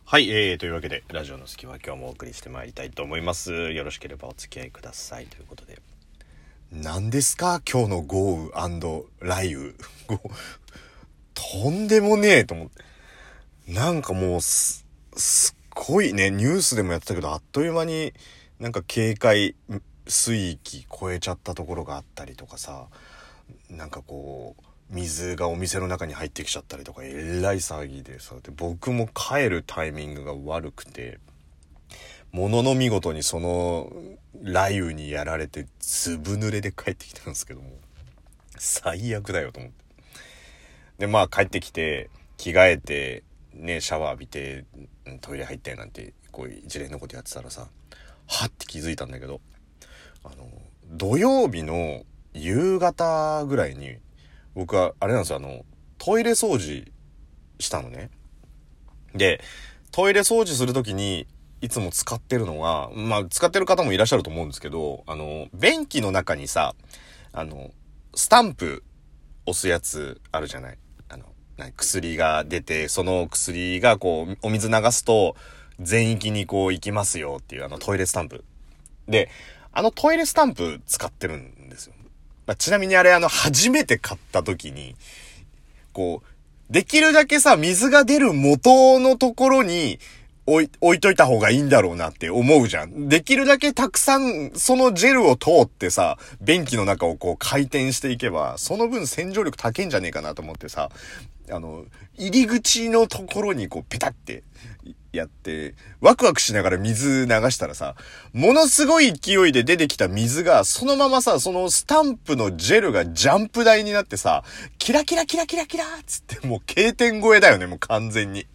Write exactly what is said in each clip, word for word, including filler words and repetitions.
はい、えー、というわけでラジオの隙は今日もお送りしてまいりたいと思います。よろしければお付き合いくださいということで、何ですか今日の豪雨&雷雨とんでもねえと思って、なんかもうすすっごいね、ニュースでもやってたけど、あっという間になんか警戒水域超えちゃったところがあったりとかさ、なんかこう水がお店の中に入ってきちゃったりとか、えらい騒ぎでさ、で僕も帰るタイミングが悪くて、ものの見事にその雷雨にやられてずぶ濡れで帰ってきたんですけども、最悪だよと思って。でまあ帰ってきて着替えてね、シャワー浴びてトイレ入ってなんてこう一連のことやってたらさ、はって気づいたんだけど、あの土曜日の夕方ぐらいに僕はあれなんですよ、あのトイレ掃除したのね。でトイレ掃除するときにいつも使ってるのが、まあ使ってる方もいらっしゃると思うんですけど、あの便器の中にさ、あのスタンプ押すやつあるじゃない。あの薬が出て、その薬がこうお水流すと全域にこう行きますよっていうあのトイレスタンプで、あのトイレスタンプ使ってるんですよ。まあ、ちなみにあれあの初めて買った時にこうできるだけさ、水が出る元のところに置い、置いといた方がいいんだろうなって思うじゃん。できるだけたくさんそのジェルを通ってさ、便器の中をこう回転していけば、その分洗浄力高いんじゃねえかなと思ってさ、あの入り口のところにこうペタってやってワクワクしながら水流したらさ、ものすごい勢いで出てきた水がそのままさ、そのスタンプのジェルがジャンプ台になってさ、キラキラキラキラキラーつってもう K 点超えだよね、もう完全に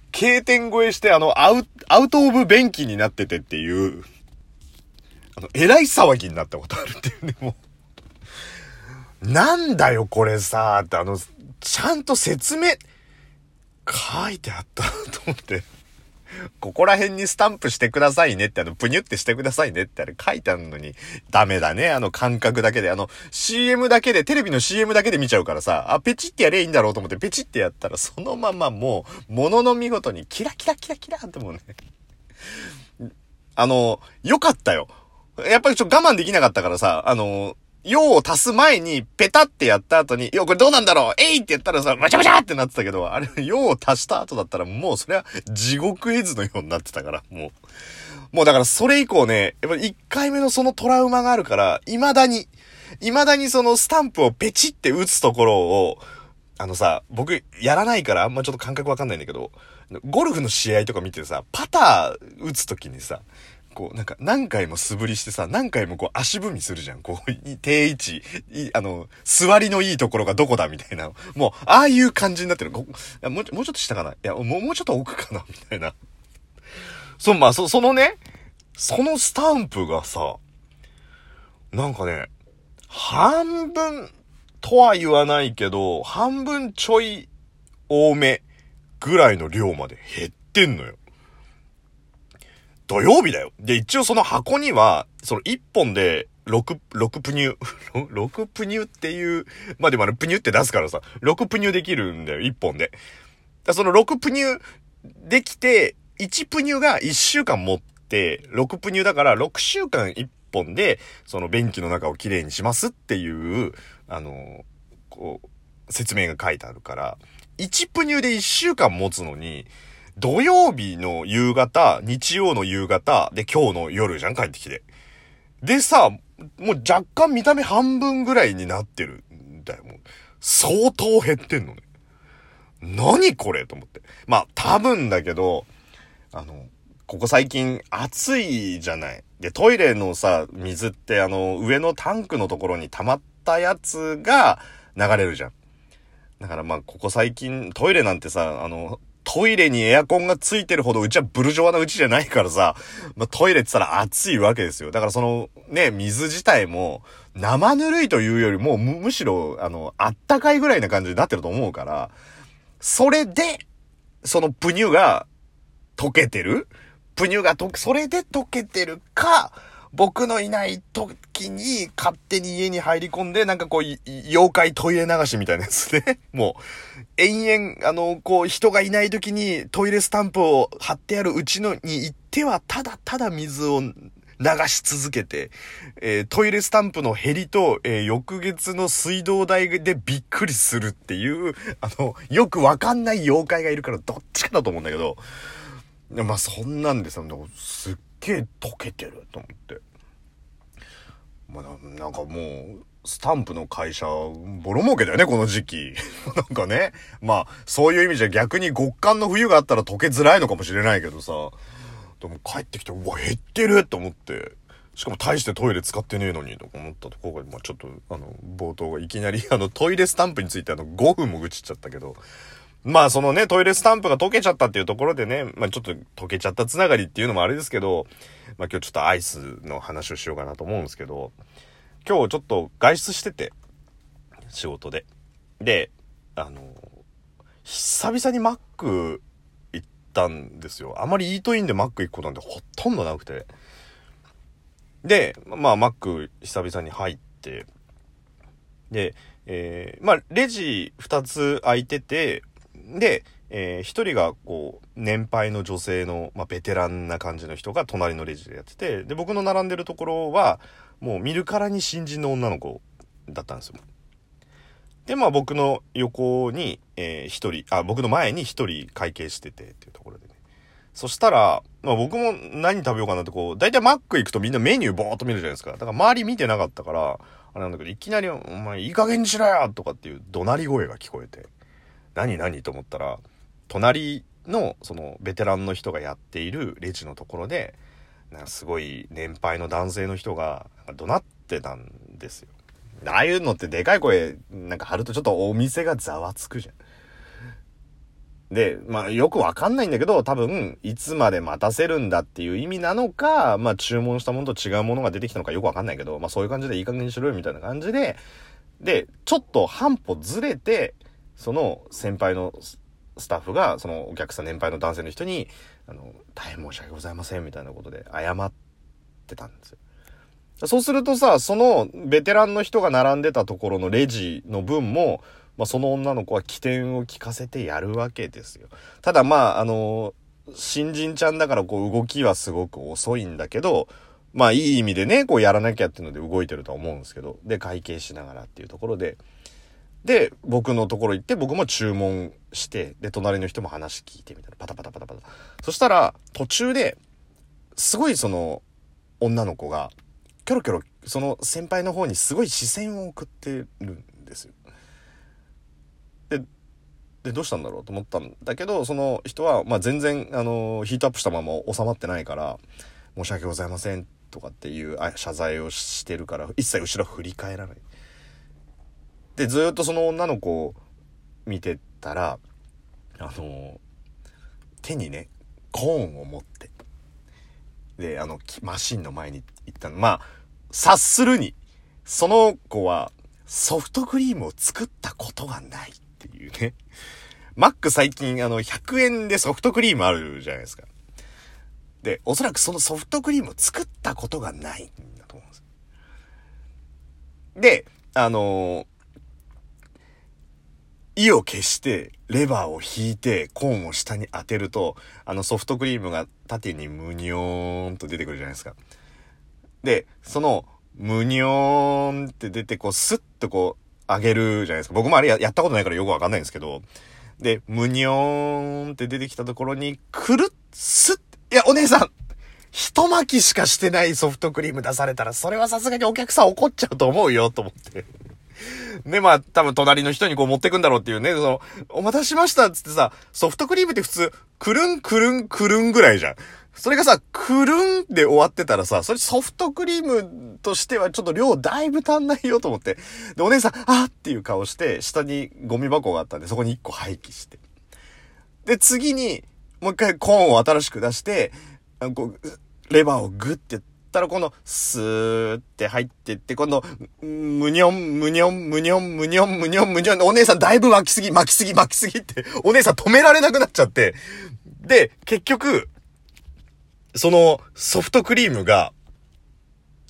K 点超えして、あのアウアウトオブ便器になっててっていう、あのえらい騒ぎになったことあるっていうね。もうなんだよこれさーって、あのちゃんと説明書いてあったと思って、ここら辺にスタンプしてくださいねって、あのプニュってしてくださいねってあれ書いてあるのにダメだね、あの感覚だけで、あの シーエム だけで、テレビの シーエム だけで見ちゃうからさ、あペチってやればいいんだろうと思ってペチってやったら、そのままもうものの見事にキラキラキラキラってもうね、あのよかったよ。やっぱりちょっと我慢できなかったからさ、あの用を足す前にペタってやった後に、よこれどうなんだろうえいってやったらさ、バチャバチャってなってたけど、あれ用を足した後だったらもうそれは地獄絵図のようになってたから、もうもうだからそれ以降ね、やっぱりいっかいめのそのトラウマがあるから、未だに未だにそのスタンプをペチって打つところを、あのさ、僕やらないからあんまちょっと感覚わかんないんだけど、ゴルフの試合とか見てさ、パター打つときにさ、こうなんか何回も素振りしてさ、何回もこう足踏みするじゃん。こう定位置、いあの座りのいいところがどこだみたいな、もうああいう感じになってる。こもうもうちょっと下かな、いやもうもうちょっと奥かなみたいな。そうまあそそのね、そのスタンプがさ、なんかね、半分とは言わないけど、半分ちょい多めぐらいの量まで減ってんのよ。土曜日だよ。で、一応その箱には、そのいっぽんで6、6プニュ、ろくプニュっていう、まあでもあれプニュって出すからさ、ろくプニュできるんだよ、いっぽんで。だそのろくプニュできて、いちプニュがいっしゅうかん持って、ろくプニュだからろくしゅうかんいっぽんで、その便器の中をきれいにしますっていう、あの、こう、説明が書いてあるから、いちプニュでいっしゅうかん持つのに、土曜日の夕方、日曜の夕方、で今日の夜じゃん、帰ってきて。でさ、もう若干見た目半分ぐらいになってるんだよ。もう相当減ってんのね。何これと思って。まあ多分だけど、あの、ここ最近暑いじゃない。で、トイレのさ、水ってあの、上のタンクのところに溜まったやつが流れるじゃん。だからまあ、ここ最近、トイレなんてさ、あの、トイレにエアコンがついてるほどうちはブルジョワなうちじゃないからさ、まあ、トイレって言ったら暑いわけですよ。だからそのね、水自体も生ぬるいというよりもむ、むしろあの、あったかいぐらいな感じになってると思うから、それで、そのプニュが溶けてるプニュがと、それで溶けてるか、 僕のいない時に勝手に家に入り込んで、なんかこう、妖怪トイレ流しみたいなやつで、もう、延々、あの、こう、人がいない時にトイレスタンプを貼ってあるうちのに行っては、ただただ水を流し続けて、えー、トイレスタンプの減りと、えー、翌月の水道代でびっくりするっていう、あの、よくわかんない妖怪がいるからどっちかだと思うんだけど、まあそんなんですよ。すっげえ溶けてると思って。まあなんかもう、スタンプの会社、ボロ儲けだよね、この時期。なんかね。まあ、そういう意味じゃ逆に極寒の冬があったら溶けづらいのかもしれないけどさ。でも帰ってきて、うわ、減ってると思って。しかも大してトイレ使ってねえのにとか思ったところが、まあちょっと、あの、冒頭がいきなり、あの、トイレスタンプについてあの、ごふんも愚痴っちゃったけど。まあそのね、トイレスタンプが溶けちゃったっていうところでね、まあちょっと溶けちゃったつながりっていうのもあれですけど、まあ今日ちょっとアイスの話をしようかなと思うんですけど、今日ちょっと外出してて、仕事で。で、あの、久々にマック行ったんですよ。あまりイートインでマック行くことなんてほとんどなくて。で、まあマック久々に入って、で、えー、まあレジふたつ空いてて、で、えー、一人がこう年配の女性の、まあ、ベテランな感じの人が隣のレジでやってて、で僕の並んでるところはもう見るからに新人の女の子だったんですよ。でまあ僕の横に、えー、一人あ僕の前に一人会計しててっていうところでね。そしたら、まあ、僕も何食べようかなってこう大体マック行くとみんなメニューボーっと見るじゃないですか。だから周り見てなかったからあれなんだけど、いきなり「お前いい加減にしろよ!」とかっていう怒鳴り声が聞こえて、何何と思ったら、隣のそのベテランの人がやっているレジのところでなんかすごい年配の男性の人が怒鳴ってたんですよ。ああいうのってでかい声なんか張るとちょっとお店がざわつくじゃん。でまあよくわかんないんだけど、多分いつまで待たせるんだっていう意味なのか、まあ注文したものと違うものが出てきたのかよくわかんないけど、まあそういう感じでいい加減にしろよみたいな感じで、でちょっと半歩ずれてその先輩のスタッフがそのお客さん、年配の男性の人にあの大変申し訳ございませんみたいなことで謝ってたんですよ。そうするとさ、そのベテランの人が並んでたところのレジの分も、まあ、その女の子は機転を利かせてやるわけですよ。ただまああの新人ちゃんだからこう動きはすごく遅いんだけど、まあいい意味でねこうやらなきゃっていうので動いてるとは思うんですけど、で会計しながらっていうところでで僕のところ行って僕も注文して、で隣の人も話聞いてみたいな、パタパタパタパタ。そしたら途中ですごいその女の子がキョロキョロその先輩の方にすごい視線を送ってるんですよ。ででどうしたんだろうと思ったんだけど、その人はまあ全然あのヒートアップしたまま収まってないから申し訳ございませんとかっていう謝罪をしてるから一切後ろ振り返らない。でずっとその女の子を見てたら、あの手にねコーンを持ってであのマシンの前に行ったの。まあ察するにその子はソフトクリームを作ったことがないっていうね。マック最近あのひゃくえんでソフトクリームあるじゃないですか。でおそらくそのソフトクリームを作ったことがないんだと思うんです。であのー意を消してレバーを引いてコーンを下に当てるとあのソフトクリームが縦にムニョーンと出てくるじゃないですか。でそのムニョーンって出てこうスッとこう上げるじゃないですか。僕もあれ や, やったことないからよくわかんないんですけど、でムニョーンって出てきたところにくるっスッ、いやお姉さん一巻きしかしてないソフトクリーム出されたらそれはさすがにお客さん怒っちゃうと思うよと思ってで、まあ、多分隣の人にこう持ってくんだろうっていうね、その、お待たせしましたっつってさ、ソフトクリームって普通、くるんくるんくるんぐらいじゃん。それがさ、くるんで終わってたらさ、それソフトクリームとしてはちょっと量だいぶ足んないよと思って。で、お姉さん、あーっていう顔して、下にゴミ箱があったんで、そこにいっこ廃棄して。で、次に、もう一回コーンを新しく出して、あのこうレバーをグッてやったら、今度、スーって入ってって、今度、むにょん、むにょん、むにょん、むにょん、むにょん、むにょん、お姉さんだいぶ巻きすぎ、巻きすぎ、巻きすぎって、お姉さん止められなくなっちゃって、で、結局、そのソフトクリームが、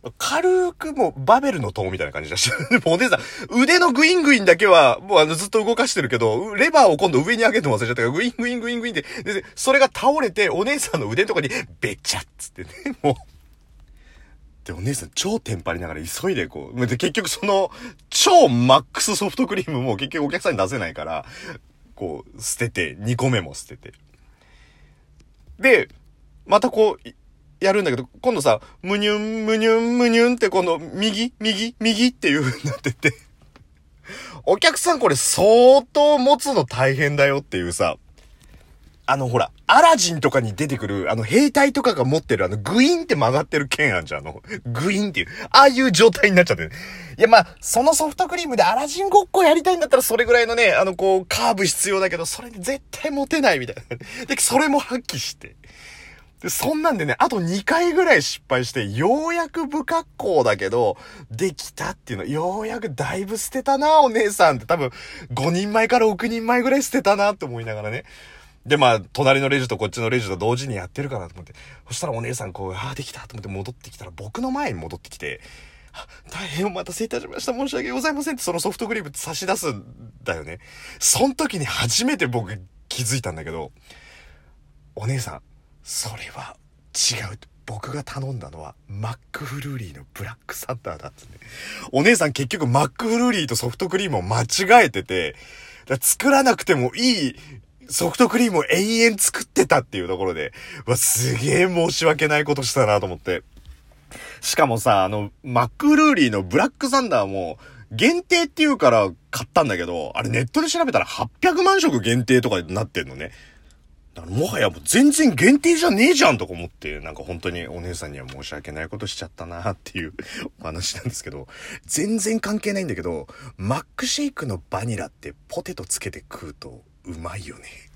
軽くもうバベルの塔みたいな感じだし。でもお姉さん、腕のグイングインだけは、もうあのずっと動かしてるけど、レバーを今度上に上げても忘れちゃったから、グイングイングイングインって、で、それが倒れて、お姉さんの腕のとこに、べちゃっつってね、もう。で、お姉さん超テンパりながら急いでこう、で、結局その、超マックスソフトクリームも結局お客さんに出せないから、こう、捨てて、にこめも捨てて。で、またこう、やるんだけど、今度さ、むにゅん、むにゅん、むにゅんってこの、右、右、右っていう風になってて、お客さんこれ相当持つの大変だよっていうさ、あのほら、アラジンとかに出てくる、あの兵隊とかが持ってるあのグイーンって曲がってる剣あんじゃん、あの、グイーンっていう、ああいう状態になっちゃってる。いやまあ、そのソフトクリームでアラジンごっこやりたいんだったらそれぐらいのね、あのこう、カーブ必要だけど、それに絶対持てないみたいな。で、それも発揮して。で、そんなんでね、あとにかいぐらい失敗して、ようやく不格好だけど、できたっていうの、ようやくだいぶ捨てたな、お姉さんって多分、ごにんまえからろくにんまえぐらい捨てたなって思いながらね。で、まあ、隣のレジとこっちのレジと同時にやってるかなと思って。そしたらお姉さんこう、ああ、できたと思って戻ってきたら、僕の前に戻ってきて、あ、大変お待たせいたしました。申し訳ございませんってそのソフトクリーム差し出すんだよね。その時に初めて僕気づいたんだけど、お姉さん、それは違う。僕が頼んだのはマックフルーリーのブラックサンダーだっつって。お姉さん結局マックフルーリーとソフトクリームを間違えてて、だ作らなくてもいいソフトクリームを永遠作ってたっていうところで、わ、すげえ申し訳ないことしたなと思って。しかもさ、あの、マックフルーリーのブラックサンダーも、限定っていうから買ったんだけど、あれネットで調べたらはっぴゃくまん食限定とかになってんのね。だからもはやもう全然限定じゃねえじゃんとか思って、なんか本当にお姉さんには申し訳ないことしちゃったなっていうお話なんですけど、全然関係ないんだけど、マックシェイクのバニラってポテトつけて食うとうまいよね。